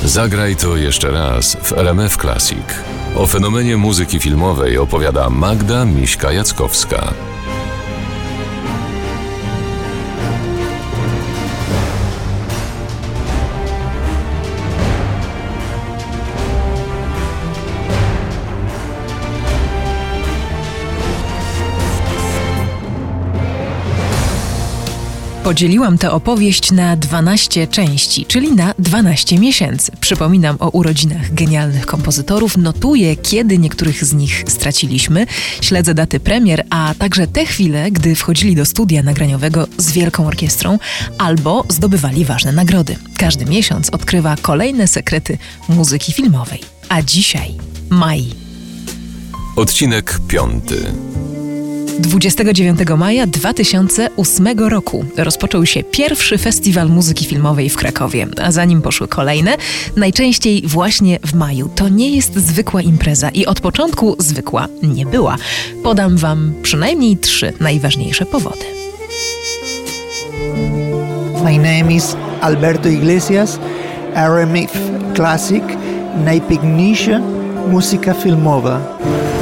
Zagraj to jeszcze raz w RMF Classic. O fenomenie muzyki filmowej opowiada Magda Miśka-Jackowska. Podzieliłam tę opowieść na 12 części, czyli na 12 miesięcy. Przypominam o urodzinach genialnych kompozytorów, notuję, kiedy niektórych z nich straciliśmy, śledzę daty premier, a także te chwile, gdy wchodzili do studia nagraniowego z wielką orkiestrą albo zdobywali ważne nagrody. Każdy miesiąc odkrywa kolejne sekrety muzyki filmowej. A dzisiaj maj. Odcinek 5. 29 maja 2008 roku rozpoczął się pierwszy festiwal muzyki filmowej w Krakowie, a za nim poszły kolejne, najczęściej właśnie w maju. To nie jest zwykła impreza i od początku zwykła nie była. Podam wam przynajmniej 3 najważniejsze powody. My name is Alberto Iglesias, RMF Classic, najpiękniejsza muzyka filmowa.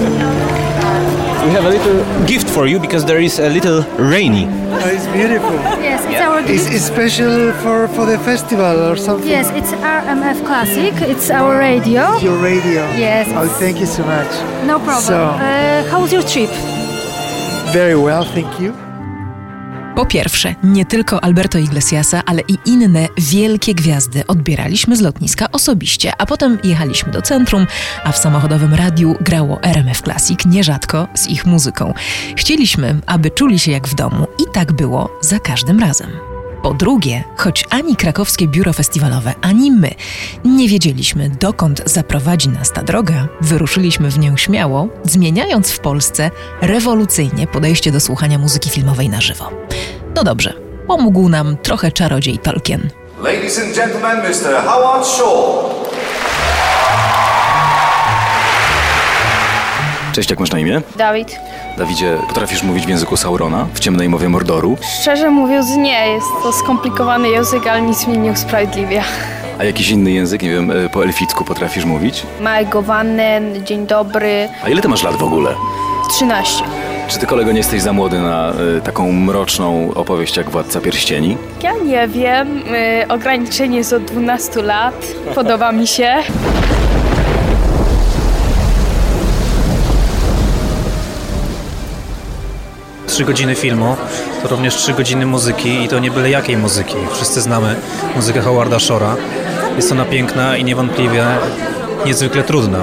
We have a little gift for you because there is a little rainy. Oh, it's beautiful. Yes, it's our gift. It's special for the festival or something? Yes, it's RMF Classic. It's our radio. Your radio? Yes. Oh, thank you so much. No problem. So, how was your trip? very well, thank you. Po pierwsze, nie tylko Alberto Iglesiasa, ale i inne wielkie gwiazdy odbieraliśmy z lotniska osobiście, a potem jechaliśmy do centrum, a w samochodowym radiu grało RMF Classic, nierzadko z ich muzyką. Chcieliśmy, aby czuli się jak w domu i tak było za każdym razem. Po drugie, choć ani krakowskie biuro festiwalowe, ani my nie wiedzieliśmy, dokąd zaprowadzi nas ta droga, wyruszyliśmy w nią śmiało, zmieniając w Polsce rewolucyjnie podejście do słuchania muzyki filmowej na żywo. No dobrze, pomógł nam trochę czarodziej Tolkien. Ladies and gentlemen, Mr. Howard Shore. Cześć, jak masz na imię? Dawid. Dawidzie, potrafisz mówić w języku Saurona, w ciemnej mowie Mordoru? Szczerze mówiąc nie, jest to skomplikowany język, ale nic mnie nie usprawiedliwia. A jakiś inny język, nie wiem, po elficku potrafisz mówić? Majgowanen, dzień dobry. A ile ty masz lat w ogóle? 13. Czy ty, kolego, nie jesteś za młody na taką mroczną opowieść jak Władca Pierścieni? Ja nie wiem, ograniczenie jest od 12 lat, podoba mi się. Trzy godziny filmu, to również 3 godziny muzyki i to nie byle jakiej muzyki. Wszyscy znamy muzykę Howarda Shore'a. Jest ona piękna i niewątpliwie niezwykle trudna.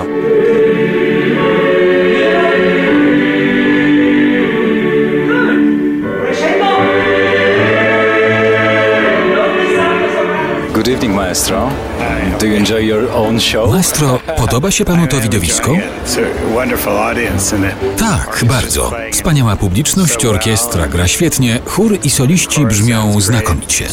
Good evening, maestro. Do you enjoy your own show? Maestro, podoba się panu to widowisko? Tak, bardzo. Wspaniała publiczność, orkiestra gra świetnie, chór i soliści brzmią znakomicie.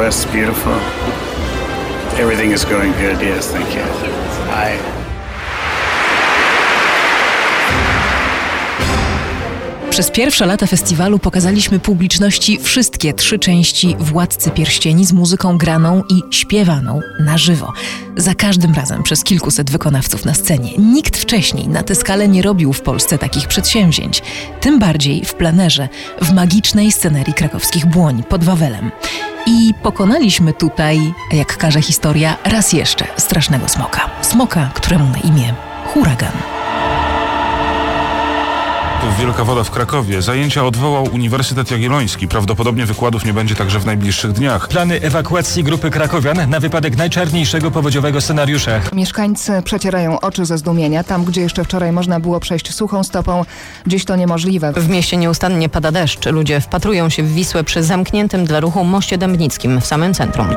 Przez pierwsze lata festiwalu pokazaliśmy publiczności wszystkie 3 części Władcy Pierścieni z muzyką graną i śpiewaną na żywo. Za każdym razem przez kilkuset wykonawców na scenie. Nikt wcześniej na tę skalę nie robił w Polsce takich przedsięwzięć. Tym bardziej w plenerze, w magicznej scenerii krakowskich Błoń pod Wawelem. I pokonaliśmy tutaj, jak każe historia, raz jeszcze strasznego smoka. Smoka, któremu na imię Huragan. Wielka Woda w Krakowie. Zajęcia odwołał Uniwersytet Jagielloński. Prawdopodobnie wykładów nie będzie także w najbliższych dniach. Plany ewakuacji grupy krakowian na wypadek najczarniejszego powodziowego scenariusza. Mieszkańcy przecierają oczy ze zdumienia. Tam, gdzie jeszcze wczoraj można było przejść suchą stopą, dziś to niemożliwe. W mieście nieustannie pada deszcz. Ludzie wpatrują się w Wisłę przy zamkniętym dla ruchu moście Dębnickim w samym centrum.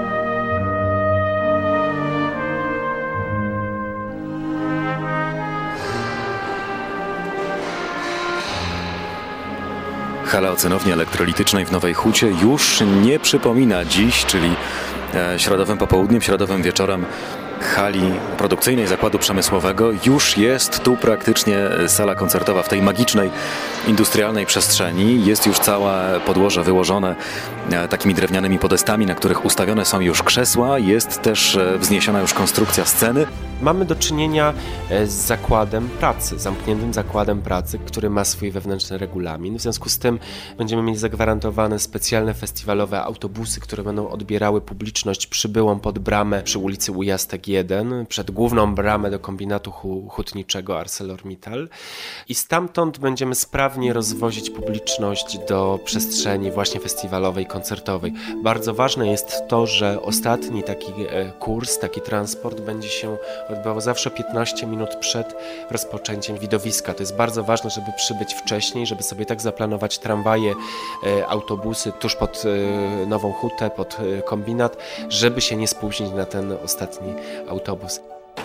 Hala ocenowni elektrolitycznej w Nowej Hucie już nie przypomina dziś, czyli środowym popołudniem, środowym wieczorem, hali produkcyjnej Zakładu Przemysłowego. Już jest tu praktycznie sala koncertowa w tej magicznej, industrialnej przestrzeni. Jest już całe podłoże wyłożone takimi drewnianymi podestami, na których ustawione są już krzesła. Jest też wzniesiona już konstrukcja sceny. Mamy do czynienia z zakładem pracy, zamkniętym zakładem pracy, który ma swój wewnętrzny regulamin. W związku z tym będziemy mieli zagwarantowane specjalne festiwalowe autobusy, które będą odbierały publiczność przybyłą pod bramę przy ulicy Ujastek 1, przed główną bramę do kombinatu hutniczego ArcelorMittal. I stamtąd będziemy sprawnie rozwozić publiczność do przestrzeni właśnie festiwalowej, koncertowej. Bardzo ważne jest to, że ostatni taki kurs, taki transport będzie się odbywało zawsze 15 minut przed rozpoczęciem widowiska. To jest bardzo ważne, żeby przybyć wcześniej, żeby sobie tak zaplanować tramwaje, autobusy tuż pod Nową Hutę, pod kombinat, żeby się nie spóźnić na ten ostatni autobus.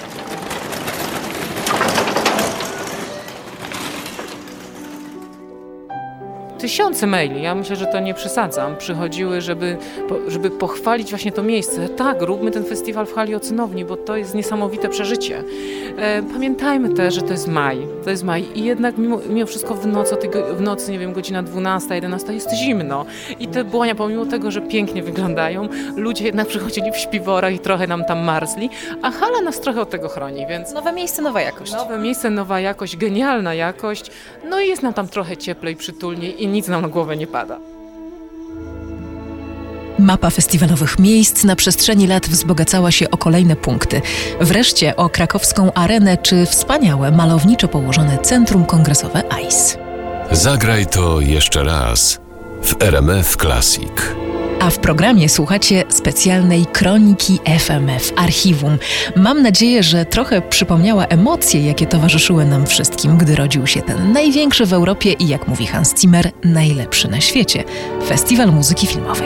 Tysiące maili, ja myślę, że to nie przesadzam, przychodziły, żeby pochwalić właśnie to miejsce. Tak, róbmy ten festiwal w hali Ocynowni, bo to jest niesamowite przeżycie. Pamiętajmy też, że to jest maj i jednak mimo wszystko w nocy, nie wiem, godzina 12, 11 jest zimno i te błonia, pomimo tego, że pięknie wyglądają, ludzie jednak przychodzili w śpiworach i trochę nam tam marzli, a hala nas trochę od tego chroni, więc... Nowe miejsce, nowa jakość. Nowe miejsce, nowa jakość, genialna jakość, no i jest nam tam trochę cieplej, przytulniej i nic nam na głowę nie pada. Mapa festiwalowych miejsc na przestrzeni lat wzbogacała się o kolejne punkty. Wreszcie o krakowską arenę czy wspaniałe, malowniczo położone centrum kongresowe ICE. Zagraj to jeszcze raz w RMF Classic. A w programie słuchacie specjalnej kroniki FMF Archiwum. Mam nadzieję, że trochę przypomniała emocje, jakie towarzyszyły nam wszystkim, gdy rodził się ten największy w Europie i, jak mówi Hans Zimmer, najlepszy na świecie – Festiwal Muzyki Filmowej.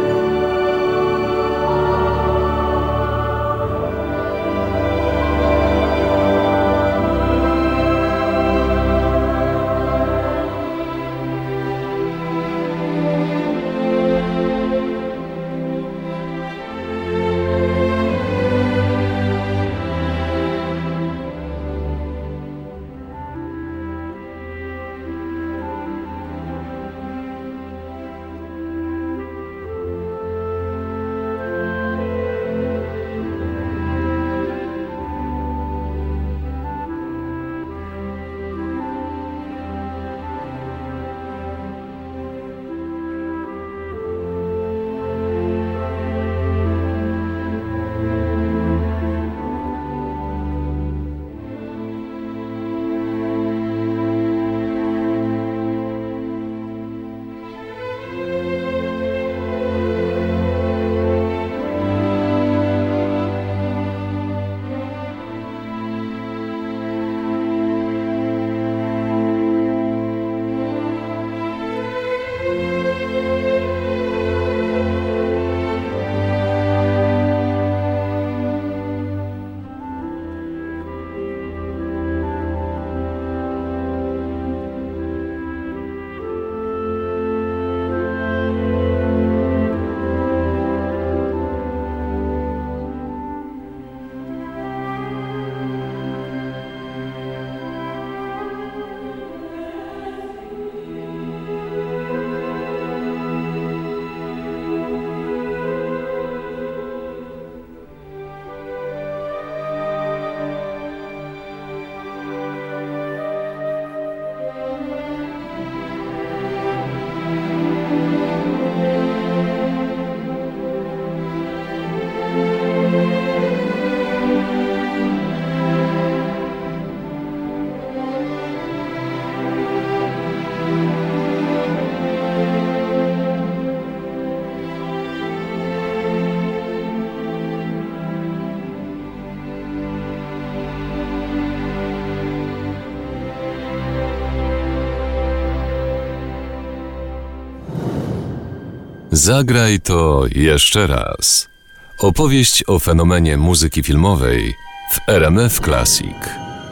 Zagraj to jeszcze raz. Opowieść o fenomenie muzyki filmowej w RMF Classic.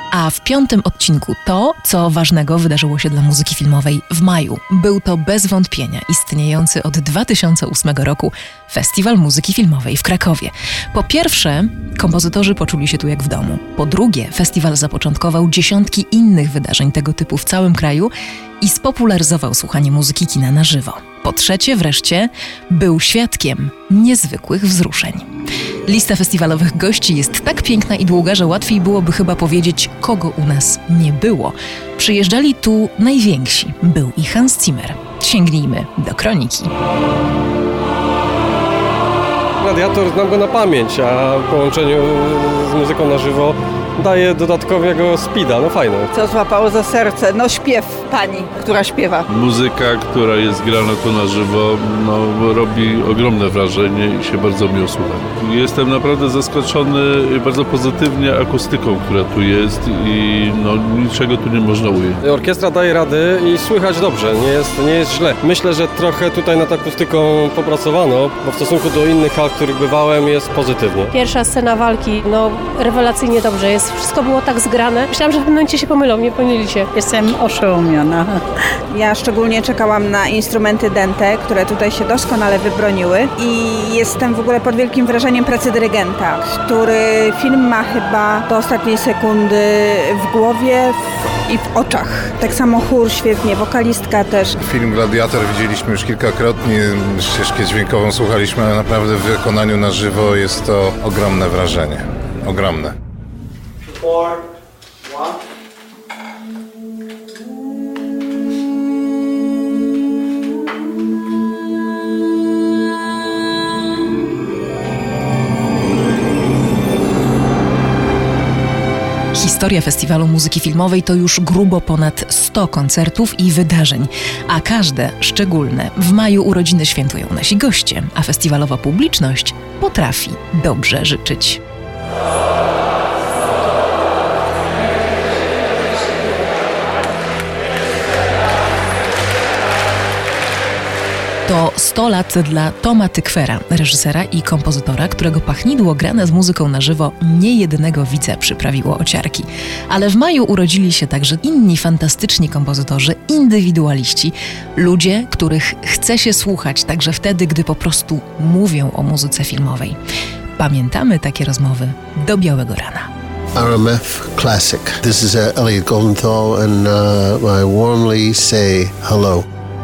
A w 5. odcinku to, co ważnego wydarzyło się dla muzyki filmowej w maju. Był to bez wątpienia istniejący od 2008 roku Festiwal Muzyki Filmowej w Krakowie. Po pierwsze, kompozytorzy poczuli się tu jak w domu. Po drugie, festiwal zapoczątkował dziesiątki innych wydarzeń tego typu w całym kraju i spopularyzował słuchanie muzyki kina na żywo. Po trzecie wreszcie, był świadkiem niezwykłych wzruszeń. Lista festiwalowych gości jest tak piękna i długa, że łatwiej byłoby chyba powiedzieć, kogo u nas nie było. Przyjeżdżali tu najwięksi. Był i Hans Zimmer. Sięgnijmy do kroniki. Gladiator znam go na pamięć, a w połączeniu z muzyką na żywo daje dodatkowego speeda, no fajne. Co złapało za serce? No śpiew pani, która śpiewa. Muzyka, która jest grana tu na żywo, robi ogromne wrażenie i się bardzo miło słucha. Jestem naprawdę zaskoczony bardzo pozytywnie akustyką, która tu jest i niczego tu nie można ująć. Orkiestra daje rady i słychać dobrze, nie jest źle. Myślę, że trochę tutaj nad akustyką popracowano, bo w stosunku do innych hal, w których bywałem, jest pozytywnie. Pierwsza scena walki, rewelacyjnie dobrze jest. Wszystko było tak zgrane. Myślałam, że w pewnym momencie się pomylą, nie pomylili się. Jestem oszołomiona. Ja szczególnie czekałam na instrumenty dęte, które tutaj się doskonale wybroniły i jestem w ogóle pod wielkim wrażeniem pracy dyrygenta, który film ma chyba do ostatniej sekundy w głowie i w oczach. Tak samo chór świetnie, wokalistka też. Film Gladiator widzieliśmy już kilkakrotnie, ścieżkę dźwiękową słuchaliśmy, ale naprawdę w wykonaniu na żywo jest to ogromne wrażenie. Ogromne. 4, 1. Historia Festiwalu Muzyki Filmowej to już grubo ponad 100 koncertów i wydarzeń, a każde szczególne. W maju urodziny świętują nasi goście, a festiwalowa publiczność potrafi dobrze życzyć. To 100 lat dla Toma Tykwera, reżysera i kompozytora, którego pachnidło grane z muzyką na żywo niejednego widza przyprawiło ociarki. Ale w maju urodzili się także inni fantastyczni kompozytorzy, indywidualiści, ludzie, których chce się słuchać także wtedy, gdy po prostu mówią o muzyce filmowej. Pamiętamy takie rozmowy do białego rana. RMF Classic. This is Elliot Goldenthal and I warmly say hello.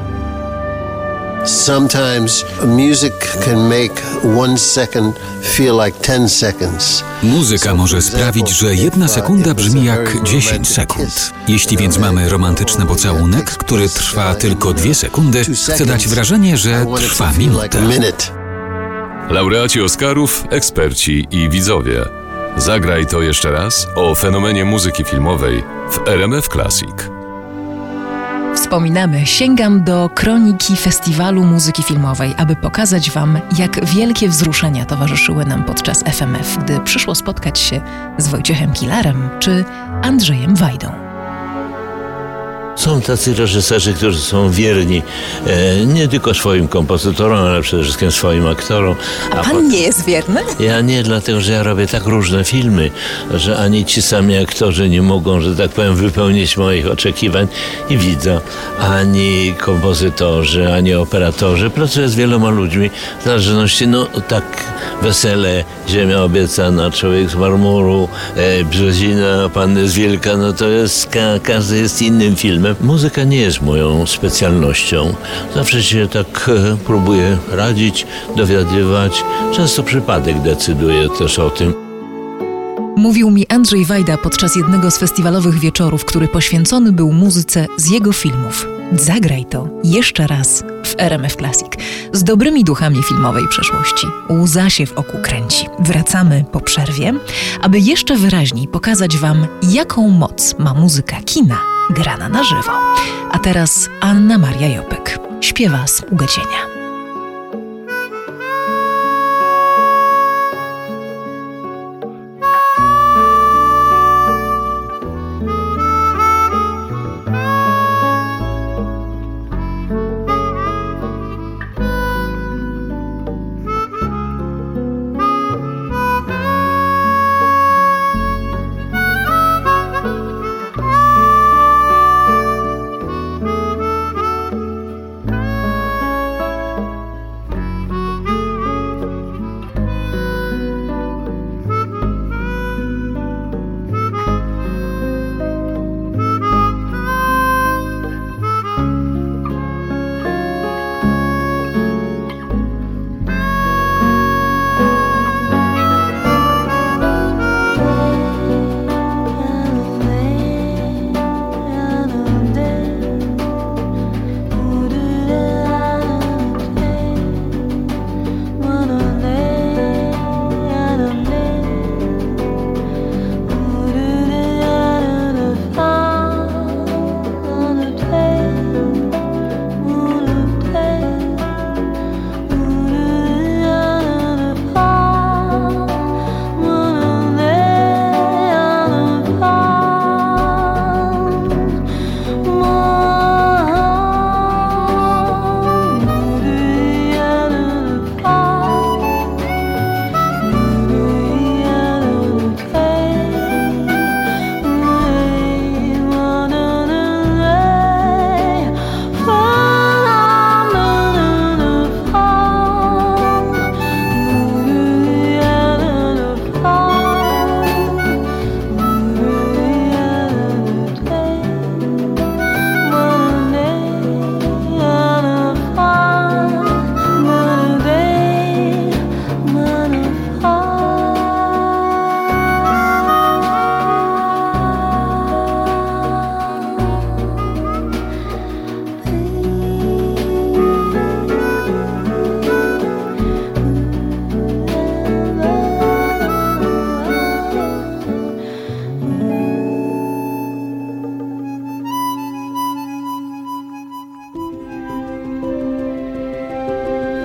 Sometimes music can make 1 second feel like 10 seconds. Muzyka może sprawić, że 1 sekunda brzmi jak 10 sekund. Jeśli więc mamy romantyczny pocałunek, który trwa tylko 2 sekundy, chcę dać wrażenie, że trwa minutę. Laureaci Oscarów, eksperci i widzowie. Zagraj to jeszcze raz o fenomenie muzyki filmowej w RMF Classic. Wspominamy, sięgam do kroniki Festiwalu Muzyki Filmowej, aby pokazać Wam, jak wielkie wzruszenia towarzyszyły nam podczas FMF, gdy przyszło spotkać się z Wojciechem Kilarem czy Andrzejem Wajdą. Są tacy reżyserzy, którzy są wierni nie tylko swoim kompozytorom, ale przede wszystkim swoim aktorom. A pan nie jest wierny? Ja nie, dlatego że ja robię tak różne filmy, że ani ci sami aktorzy nie mogą, że tak powiem, wypełnić moich oczekiwań i widza, ani kompozytorzy, ani operatorzy. Pracuję z wieloma ludźmi, w zależności, tak Wesele, Ziemia obiecana, Człowiek z marmuru, Brzezina, Panny z Wielka, to jest, każdy jest innym filmem. Muzyka nie jest moją specjalnością. Zawsze się tak próbuję radzić, dowiadywać. Często przypadek decyduje też o tym. Mówił mi Andrzej Wajda podczas jednego z festiwalowych wieczorów, który poświęcony był muzyce z jego filmów. Zagraj to jeszcze raz w RMF Classic. Z dobrymi duchami filmowej przeszłości. Łza się w oku kręci. Wracamy po przerwie, aby jeszcze wyraźniej pokazać Wam, jaką moc ma muzyka kina grana na żywo. A teraz Anna Maria Jopek śpiewa Sługę Cienia.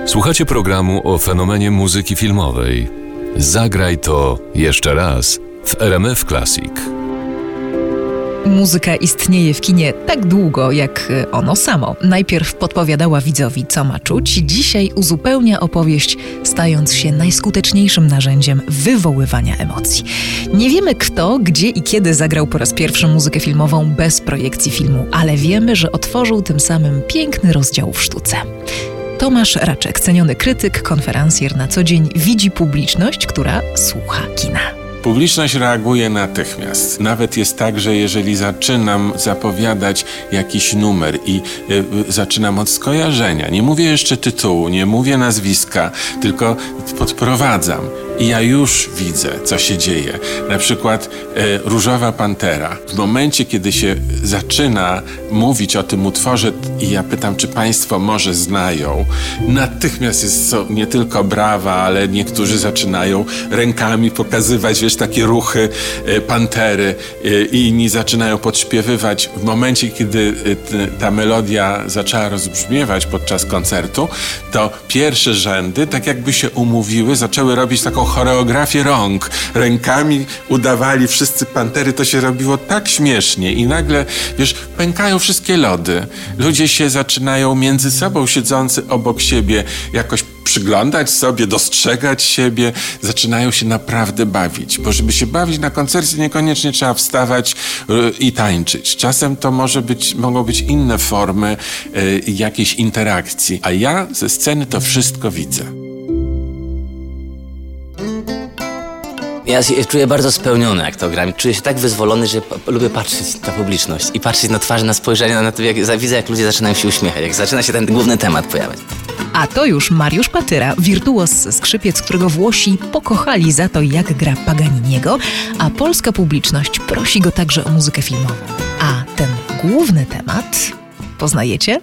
Słuchacie programu o fenomenie muzyki filmowej. Zagraj to jeszcze raz w RMF Classic. Muzyka istnieje w kinie tak długo, jak ono samo. Najpierw podpowiadała widzowi, co ma czuć. Dzisiaj uzupełnia opowieść, stając się najskuteczniejszym narzędziem wywoływania emocji. Nie wiemy kto, gdzie i kiedy zagrał po raz pierwszy muzykę filmową bez projekcji filmu, ale wiemy, że otworzył tym samym piękny rozdział w sztuce. Tomasz Raczek, ceniony krytyk, konferencjer, na co dzień widzi publiczność, która słucha kina. Publiczność reaguje natychmiast. Nawet jest tak, że jeżeli zaczynam zapowiadać jakiś numer i zaczynam od skojarzenia, nie mówię jeszcze tytułu, nie mówię nazwiska, tylko podprowadzam i ja już widzę, co się dzieje. Na przykład Różowa Pantera. W momencie, kiedy się zaczyna mówić o tym utworze i ja pytam, czy państwo może znają, natychmiast jest nie tylko brawa, ale niektórzy zaczynają rękami pokazywać, takie ruchy Pantery i inni zaczynają podśpiewywać. W momencie, kiedy ta melodia zaczęła rozbrzmiewać podczas koncertu, to pierwsze rzędy, tak jakby się umówiły, zaczęły robić taką choreografię rąk. Rękami udawali wszyscy Pantery, to się robiło tak śmiesznie i nagle, pękają wszystkie lody. Ludzie się zaczynają między sobą, siedzący obok siebie, jakoś przyglądać sobie, dostrzegać siebie, zaczynają się naprawdę bawić. Bo żeby się bawić na koncercie, niekoniecznie trzeba wstawać i tańczyć. Czasem to mogą być inne formy jakiejś interakcji, a ja ze sceny to wszystko widzę. Ja się czuję bardzo spełniony, jak to gram. Czuję się tak wyzwolony, że lubię patrzeć na publiczność i patrzeć na twarze, na spojrzenie, na to, widzę, jak ludzie zaczynają się uśmiechać, jak zaczyna się ten główny temat pojawiać. A to już Mariusz Patyra, wirtuoz skrzypiec, którego Włosi pokochali za to, jak gra Paganiniego, a polska publiczność prosi go także o muzykę filmową. A ten główny temat poznajecie?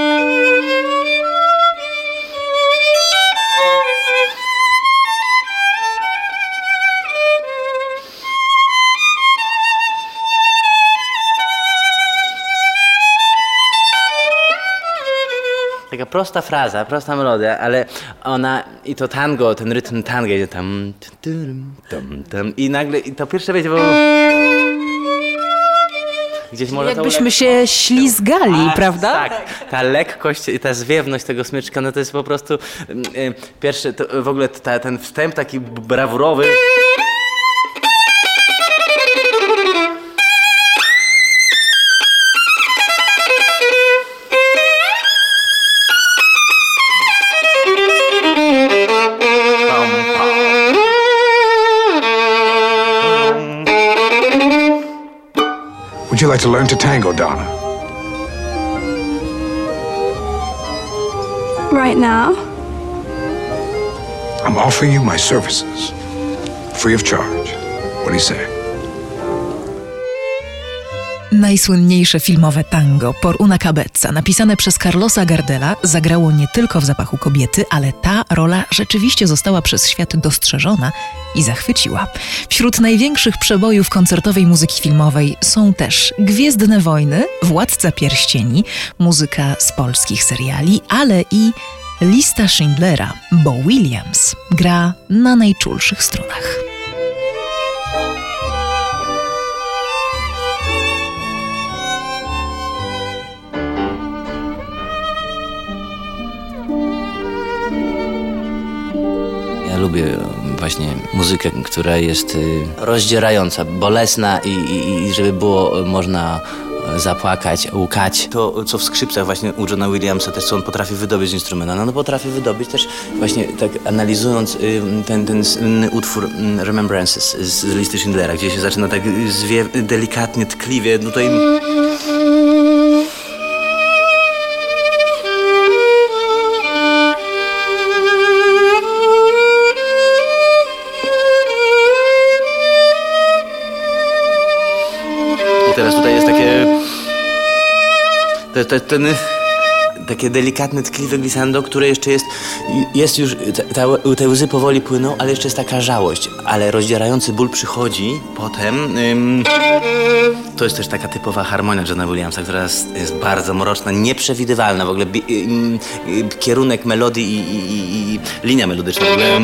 Taka prosta fraza, prosta melodia, ale ona, i to tango, ten rytm tango idzie tam, i nagle, i to pierwsze będzie, bo gdzieś może jakbyśmy się ślizgali, prawda? Tak, ta lekkość i ta zwiewność tego smyczka, no to jest po prostu pierwszy, to w ogóle ten wstęp taki brawurowy. Would you like to learn to tango, Donna? Right now? I'm offering you my services, free of charge. What do you say? Najsłynniejsze filmowe tango Por una cabeza, napisane przez Carlosa Gardela, zagrało nie tylko w Zapachu kobiety, ale ta rola rzeczywiście została przez świat dostrzeżona i zachwyciła. Wśród największych przebojów koncertowej muzyki filmowej są też Gwiezdne Wojny, Władca Pierścieni, muzyka z polskich seriali, ale i Lista Schindlera, bo Williams gra na najczulszych strunach. Ja lubię właśnie muzykę, która jest rozdzierająca, bolesna i żeby było można zapłakać, łkać. To, co w skrzypcach właśnie u Johna Williamsa też, co on potrafi wydobyć z instrumenta. No potrafi wydobyć też właśnie tak analizując ten słynny utwór Remembrances z listy Schindlera, gdzie się zaczyna tak delikatnie, tkliwie, no to teraz tutaj jest takie takie delikatne, tkliwe glissando, które jeszcze jest już, te łzy powoli płyną, ale jeszcze jest taka żałość, ale rozdzierający ból przychodzi potem. To jest też taka typowa harmonia Johna Williamsa, która jest bardzo mroczna, nieprzewidywalna w ogóle, kierunek melodii i linia melodyczna w ogóle.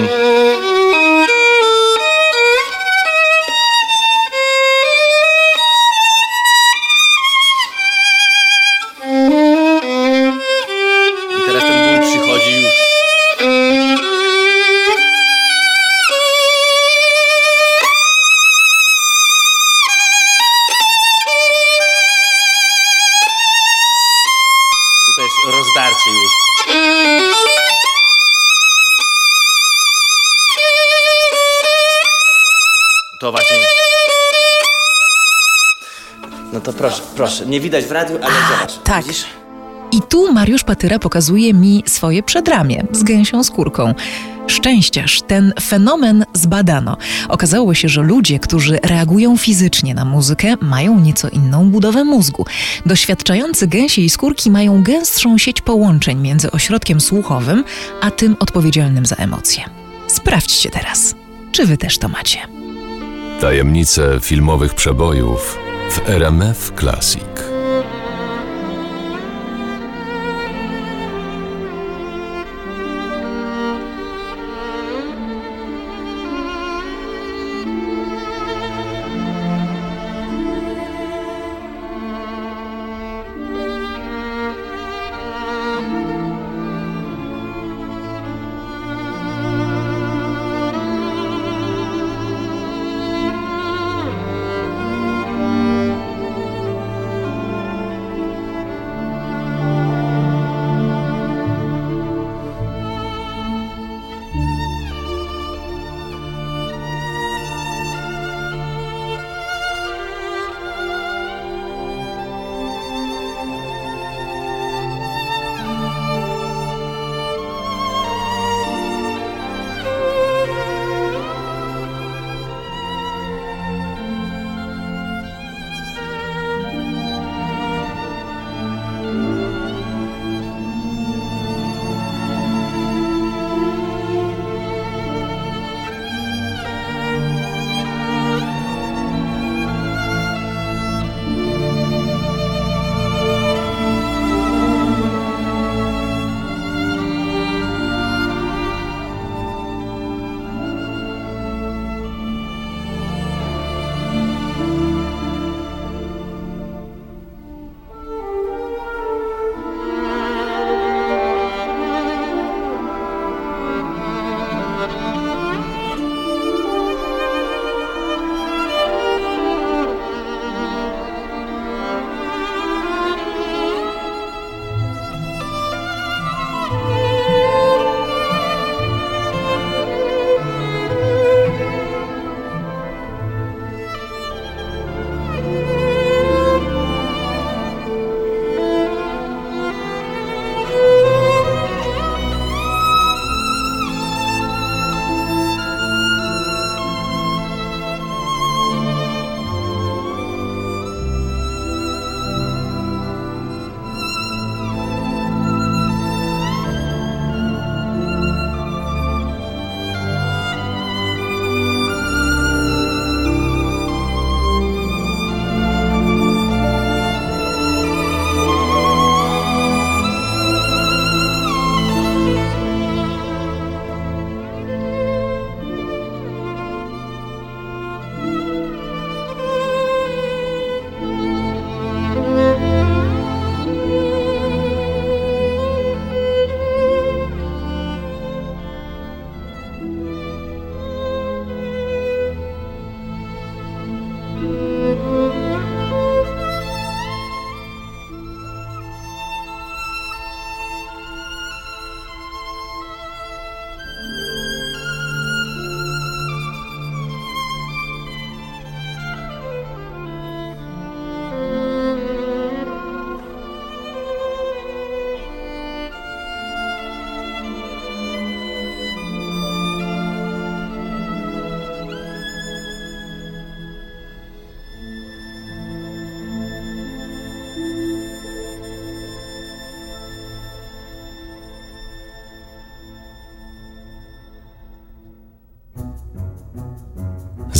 Rozdarcie już. To właśnie. No to proszę. Nie widać w radiu, ale zobacz. Tak. Widzisz? I tu Mariusz Patyra pokazuje mi swoje przedramię z gęsią skórką. Szczęściarz, ten fenomen zbadano. Okazało się, że ludzie, którzy reagują fizycznie na muzykę, mają nieco inną budowę mózgu. Doświadczający gęsiej skórki mają gęstszą sieć połączeń między ośrodkiem słuchowym, a tym odpowiedzialnym za emocje. Sprawdźcie teraz, czy wy też to macie. Tajemnice filmowych przebojów w RMF Classic.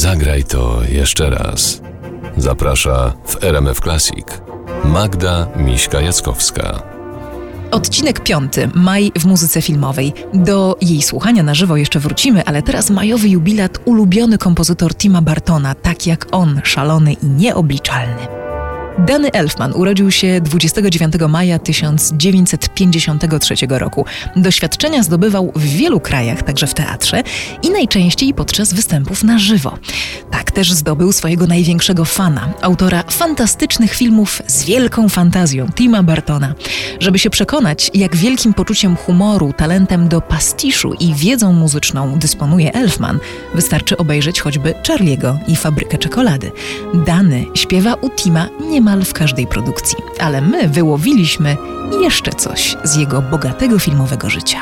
Zagraj to jeszcze raz. Zaprasza w RMF Classic Magda Miśka-Jackowska. Odcinek 5. Maj w muzyce filmowej. Do jej słuchania na żywo jeszcze wrócimy, ale teraz majowy jubilat ulubiony kompozytor Tima Burtona, tak jak on, szalony i nieobliczalny. Danny Elfman urodził się 29 maja 1953 roku. Doświadczenia zdobywał w wielu krajach, także w teatrze i najczęściej podczas występów na żywo. Tak też zdobył swojego największego fana, autora fantastycznych filmów z wielką fantazją, Tima Burtona. Żeby się przekonać, jak wielkim poczuciem humoru, talentem do pastiszu i wiedzą muzyczną dysponuje Elfman, wystarczy obejrzeć choćby Charlie'ego i Fabrykę czekolady. Danny śpiewa u Tima niemal w każdej produkcji, ale my wyłowiliśmy jeszcze coś z jego bogatego filmowego życia.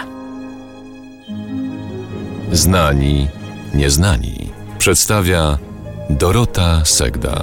Znani, nieznani. Przedstawia Dorota Segda.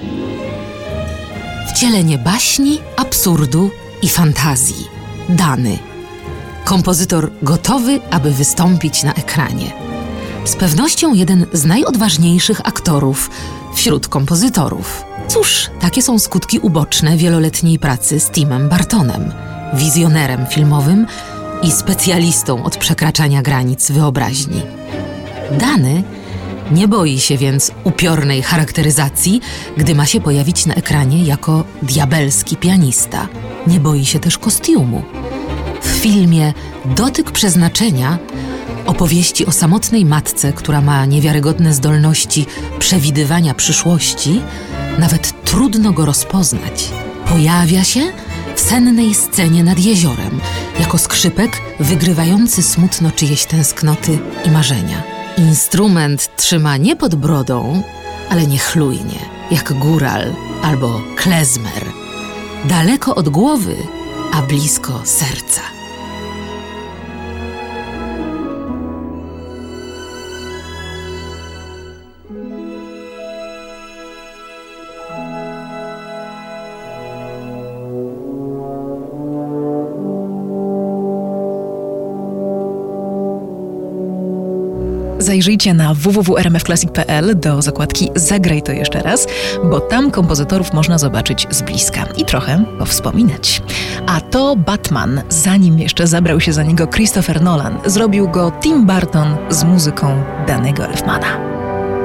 Wcielenie baśni, absurdu i fantazji. Danny. Kompozytor gotowy, aby wystąpić na ekranie. Z pewnością jeden z najodważniejszych aktorów wśród kompozytorów. Cóż, takie są skutki uboczne wieloletniej pracy z Timem Burtonem, wizjonerem filmowym i specjalistą od przekraczania granic wyobraźni. Danny nie boi się więc upiornej charakteryzacji, gdy ma się pojawić na ekranie jako diabelski pianista. Nie boi się też kostiumu. W filmie Dotyk przeznaczenia, opowieści o samotnej matce, która ma niewiarygodne zdolności przewidywania przyszłości, nawet trudno go rozpoznać. Pojawia się w sennej scenie nad jeziorem, jako skrzypek wygrywający smutno czyjeś tęsknoty i marzenia. Instrument trzyma nie pod brodą, ale niechlujnie, jak góral albo klezmer. Daleko od głowy, a blisko serca. Zajrzyjcie na www.rmfclassic.pl do zakładki Zagraj to jeszcze raz, bo tam kompozytorów można zobaczyć z bliska i trochę powspominać. A to Batman, zanim jeszcze zabrał się za niego Christopher Nolan, zrobił go Tim Burton z muzyką Danny'ego Elfmana.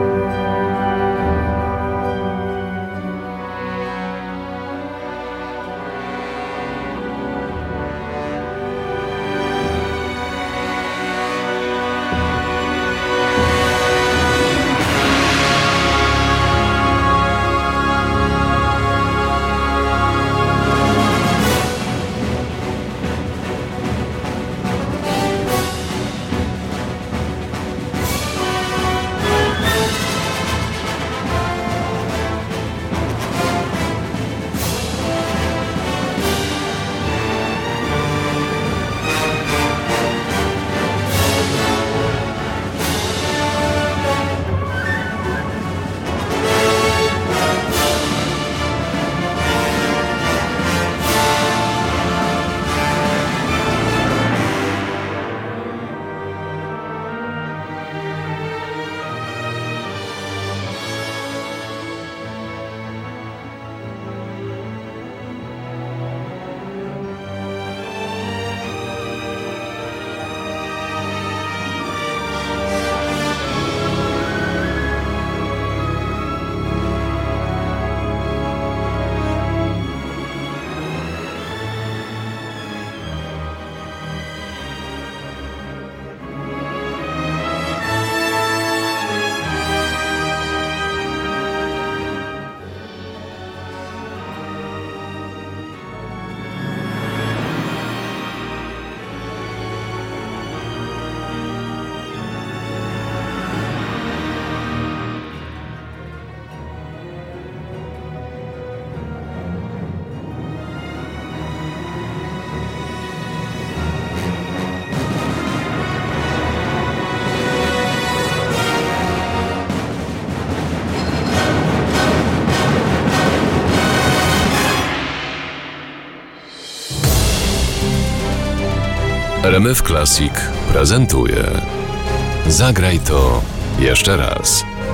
RMF Classic prezentuje Zagraj to jeszcze raz.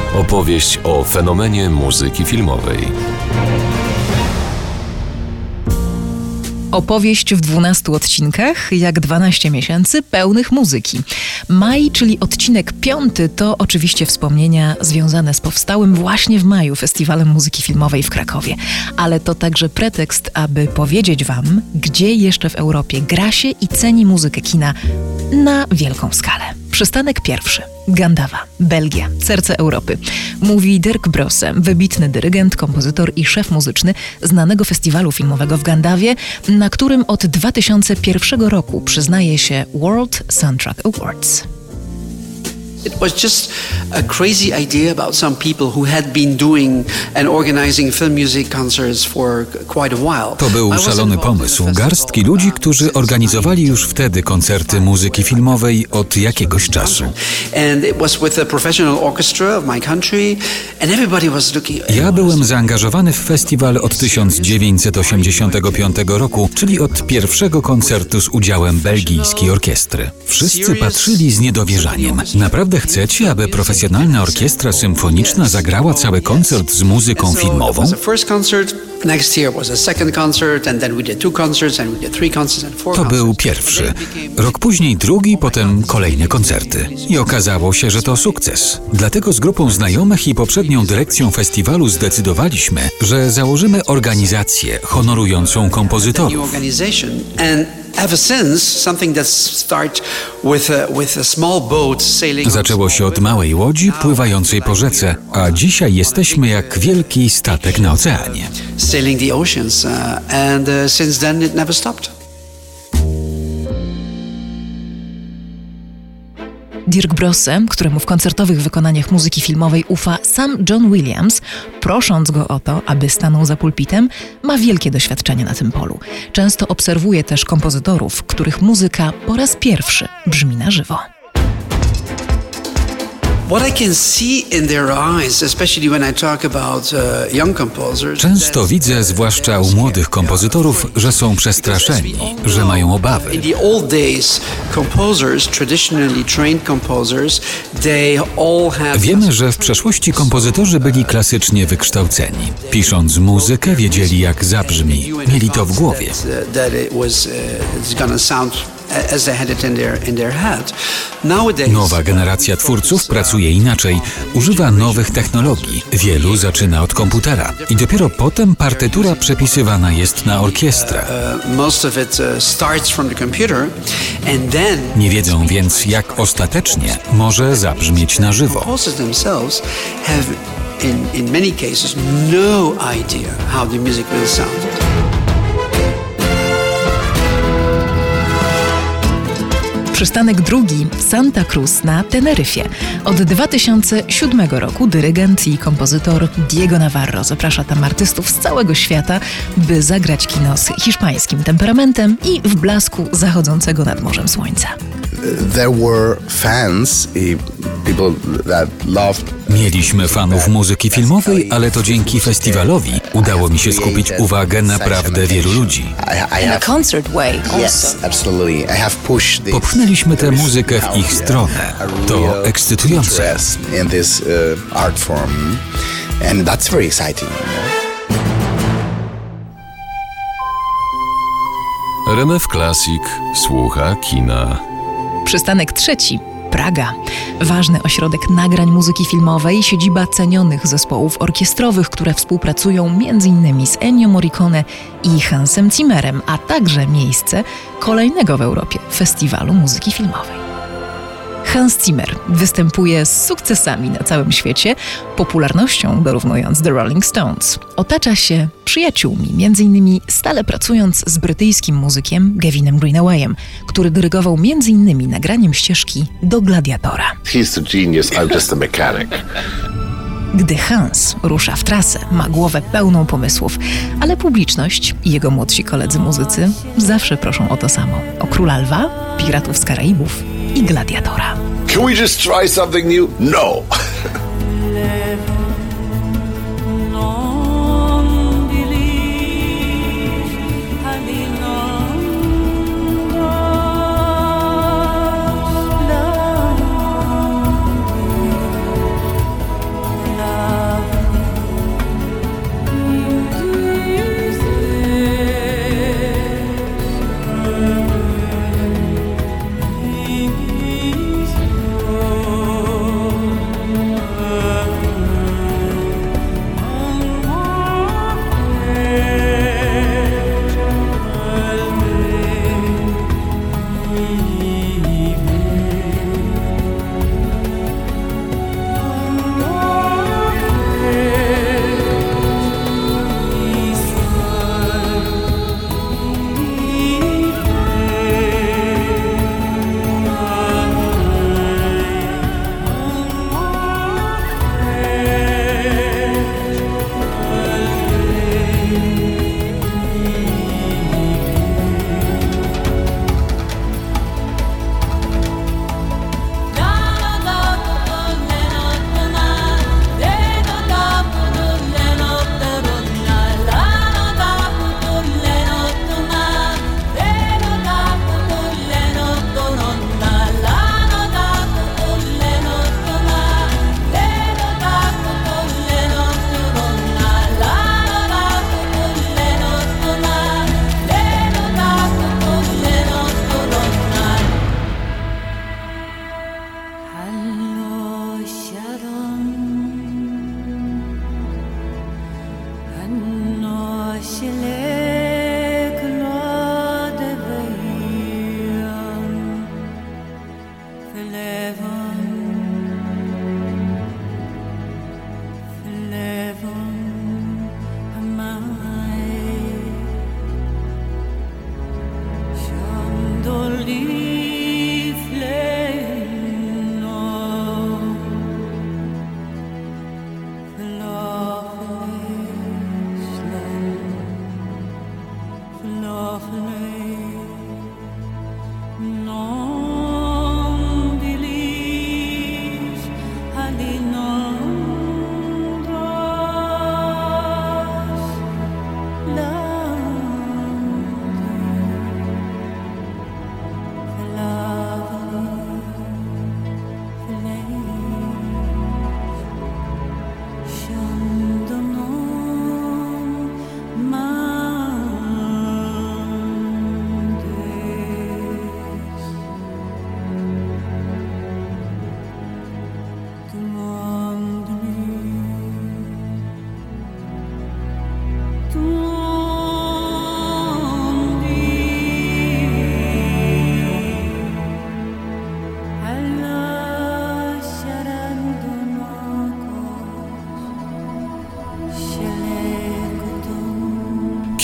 Opowieść o fenomenie muzyki filmowej. Opowieść w 12 odcinkach, jak 12 miesięcy pełnych muzyki. Maj, czyli odcinek 5, to oczywiście wspomnienia związane z powstałym właśnie w maju Festiwalem Muzyki Filmowej w Krakowie. Ale to także pretekst, aby powiedzieć Wam, gdzie jeszcze w Europie gra się i ceni muzykę kina na wielką skalę. Przystanek pierwszy. Gandawa, Belgia, serce Europy. Mówi Dirk Brosse, wybitny dyrygent, kompozytor i szef muzyczny znanego festiwalu filmowego w Gandawie, na którym od 2001 roku przyznaje się World Soundtrack Awards. It was just a crazy idea about some people who had been doing and organizing film music concerts for quite a while. To był szalony pomysł garstki ludzi, którzy organizowali już wtedy koncerty muzyki filmowej od jakiegoś czasu. And it was with a professional orchestra of my country and everybody was looking. Ja byłem zaangażowany w festiwal od 1985 roku, czyli od pierwszego koncertu z udziałem belgijskiej orkiestry. Wszyscy patrzyli z niedowierzaniem. Naprawdę chcecie, aby profesjonalna orkiestra symfoniczna zagrała cały koncert z muzyką filmową? To był pierwszy. Rok później drugi, potem kolejne koncerty. I okazało się, że to sukces. Dlatego z grupą znajomych i poprzednią dyrekcją festiwalu zdecydowaliśmy, że założymy organizację honorującą kompozytorów. Zaczęło się od małej łodzi pływającej po rzece, a dzisiaj jesteśmy jak wielki statek na oceanie. Dirk Brosse, któremu w koncertowych wykonaniach muzyki filmowej ufa sam John Williams, prosząc go o to, aby stanął za pulpitem, ma wielkie doświadczenie na tym polu. Często obserwuje też kompozytorów, których muzyka po raz pierwszy brzmi na żywo. Często widzę, zwłaszcza u młodych kompozytorów, że są przestraszeni, że mają obawy. Wiemy, że w przeszłości kompozytorzy byli klasycznie wykształceni. Pisząc muzykę, wiedzieli, jak zabrzmi. Mieli to w głowie. Nowa generacja twórców pracuje inaczej, używa nowych technologii. Wielu zaczyna od komputera i dopiero potem partytura przepisywana jest na orkiestrę. Nie wiedzą więc, jak ostatecznie może zabrzmieć na żywo. In many cases, no idea how the music will sound. Przystanek drugi, Santa Cruz na Teneryfie. Od 2007 roku dyrygent i kompozytor Diego Navarro zaprasza tam artystów z całego świata, by zagrać kino z hiszpańskim temperamentem i w blasku zachodzącego nad morzem słońca. There were fans, people that loved. Mieliśmy fanów muzyki filmowej, ale to dzięki festiwalowi udało mi się skupić uwagę naprawdę wielu ludzi. Popchnęliśmy tę muzykę w ich stronę. To ekscytujące. RMF Classic słucha kina. Przystanek trzeci. Praga. Ważny ośrodek nagrań muzyki filmowej, siedziba cenionych zespołów orkiestrowych, które współpracują m.in. z Ennio Morricone i Hansem Zimmerem, a także miejsce kolejnego w Europie festiwalu muzyki filmowej. Hans Zimmer występuje z sukcesami na całym świecie, popularnością dorównując The Rolling Stones. Otacza się przyjaciółmi, m.in. stale pracując z brytyjskim muzykiem Gavinem Greenawayem, który dyrygował m.in. nagraniem ścieżki do Gladiatora. He's the genius, I'm just a mechanic. Gdy Hans rusza w trasę, ma głowę pełną pomysłów, ale publiczność i jego młodsi koledzy muzycy zawsze proszą o to samo. O Króla Lwa, Piratów z Karaibów i Gladiatora. Can we just try something new? No!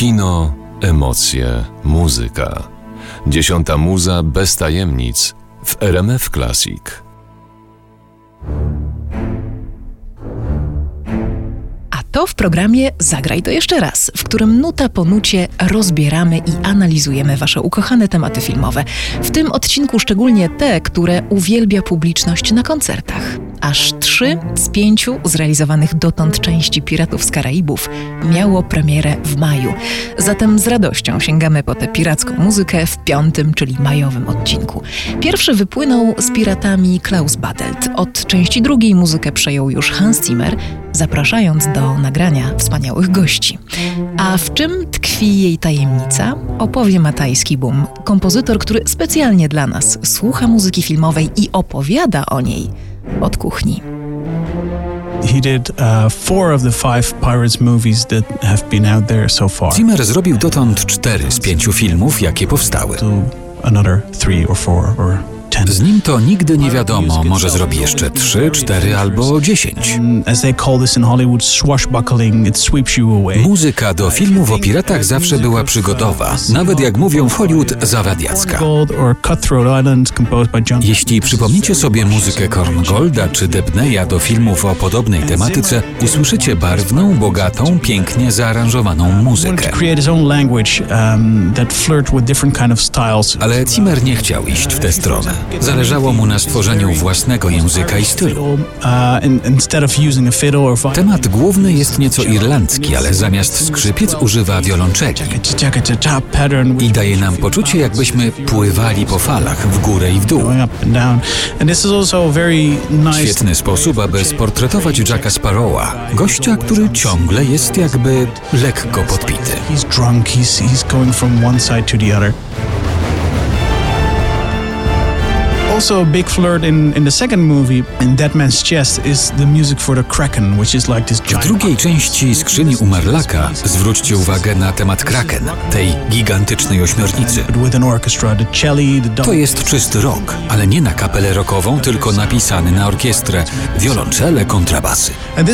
Kino, emocje, muzyka. 10. muza bez tajemnic w RMF Classic. To w programie Zagraj to jeszcze raz, w którym nuta po nucie rozbieramy i analizujemy wasze ukochane tematy filmowe. W tym odcinku szczególnie te, które uwielbia publiczność na koncertach. Aż 3 z 5 zrealizowanych dotąd części Piratów z Karaibów miało premierę w maju. Zatem z radością sięgamy po tę piracką muzykę w 5., czyli majowym odcinku. Pierwszy wypłynął z Piratami Klaus Badelt. Od części drugiej muzykę przejął już Hans Zimmer, zapraszając do nagrania wspaniałych gości. A w czym tkwi jej tajemnica? Opowie Matthijs Kibum, kompozytor, który specjalnie dla nas słucha muzyki filmowej i opowiada o niej od kuchni. He did 4 of the 5 Pirates movies that have been out there so far. Zimmer zrobił dotąd 4 z 5 filmów, jakie powstały. Another 3 or 4 or 10. Z nim to nigdy nie wiadomo, może zrobi jeszcze 3, 4 albo 10. As they call this in Hollywood, swashbuckling, it sweeps you away. Muzyka do filmów o piratach zawsze była przygodowa, nawet jak mówią w Hollywood, zawadiacka. Jeśli przypomnicie sobie muzykę Korngolda czy Debneya do filmów o podobnej tematyce, usłyszycie barwną, bogatą, pięknie zaaranżowaną muzykę. Ale Zimmer nie chciał iść w tę stronę. Zależało mu na stworzeniu własnego języka i stylu. Temat główny jest nieco irlandzki, ale zamiast skrzypiec używa wiolonczeli. I daje nam poczucie, jakbyśmy pływali po falach w górę i w dół. Świetny sposób, aby sportretować Jacka Sparrowa, gościa, który ciągle jest jakby lekko podpity. Also, a big flirt in the second movie, in Dead Man's Chest, is the music for the Kraken, which is like this giant... W drugiej części Skrzyni Umarlaka zwróćcie uwagę na temat Kraken, tej gigantycznej ośmiornicy. To jest czysty rock, ale nie na kapelę rockową, tylko napisany na orkiestrę, wiolonczele, kontrabasy.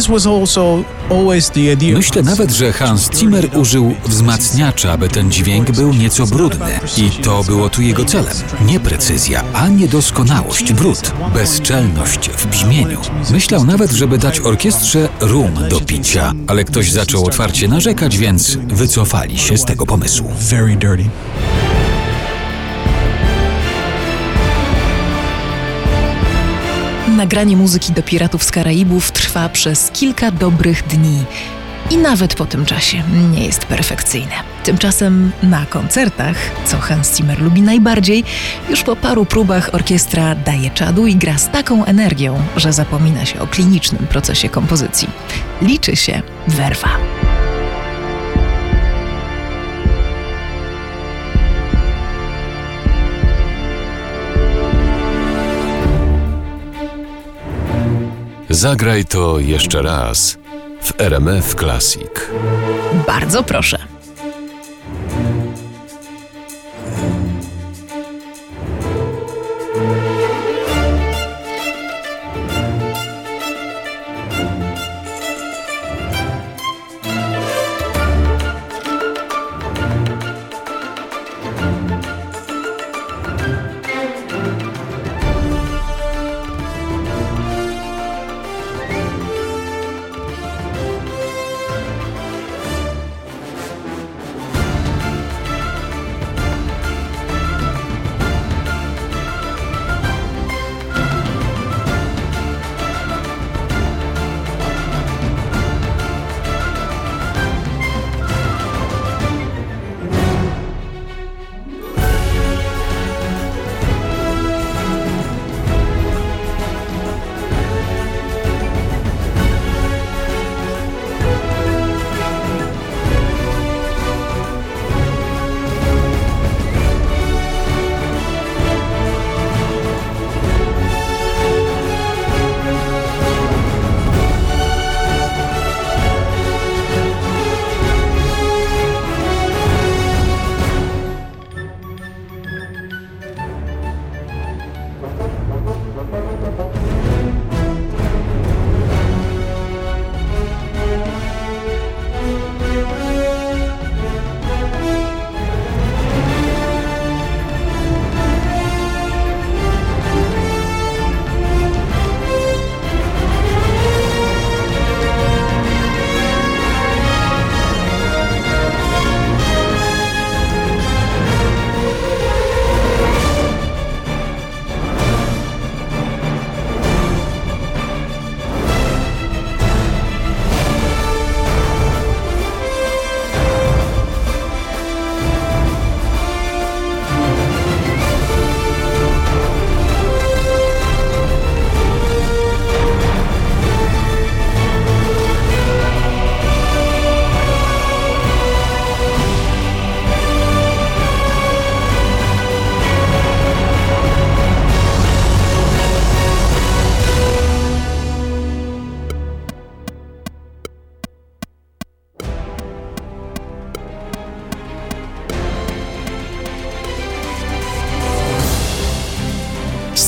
Myślę nawet, że Hans Zimmer użył wzmacniacza, aby ten dźwięk był nieco brudny. I to było tu jego celem. Nie precyzja, a niedoskonałość, brud, bezczelność w brzmieniu. Myślał nawet, żeby dać orkiestrze rum do picia, ale ktoś zaczął otwarcie narzekać, więc wycofali się z tego pomysłu. Very dirty. Nagranie muzyki do Piratów z Karaibów trwa przez kilka dobrych dni. I nawet po tym czasie nie jest perfekcyjne. Tymczasem na koncertach, co Hans Zimmer lubi najbardziej, już po paru próbach orkiestra daje czadu i gra z taką energią, że zapomina się o klinicznym procesie kompozycji. Liczy się werwa. Zagraj to jeszcze raz w RMF Classic. Bardzo proszę.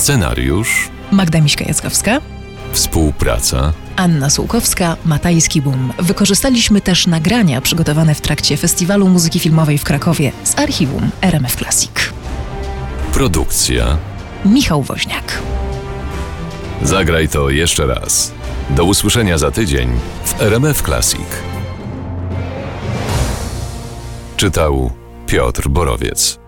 Scenariusz Magda Miśka-Jackowska, współpraca Anna Sułkowska, Matajski Boom. Wykorzystaliśmy też nagrania przygotowane w trakcie Festiwalu Muzyki Filmowej w Krakowie z archiwum RMF Classic. produkcja. Michał Woźniak. Zagraj to jeszcze raz. Do usłyszenia za tydzień w RMF Classic. Czytał Piotr Borowiec.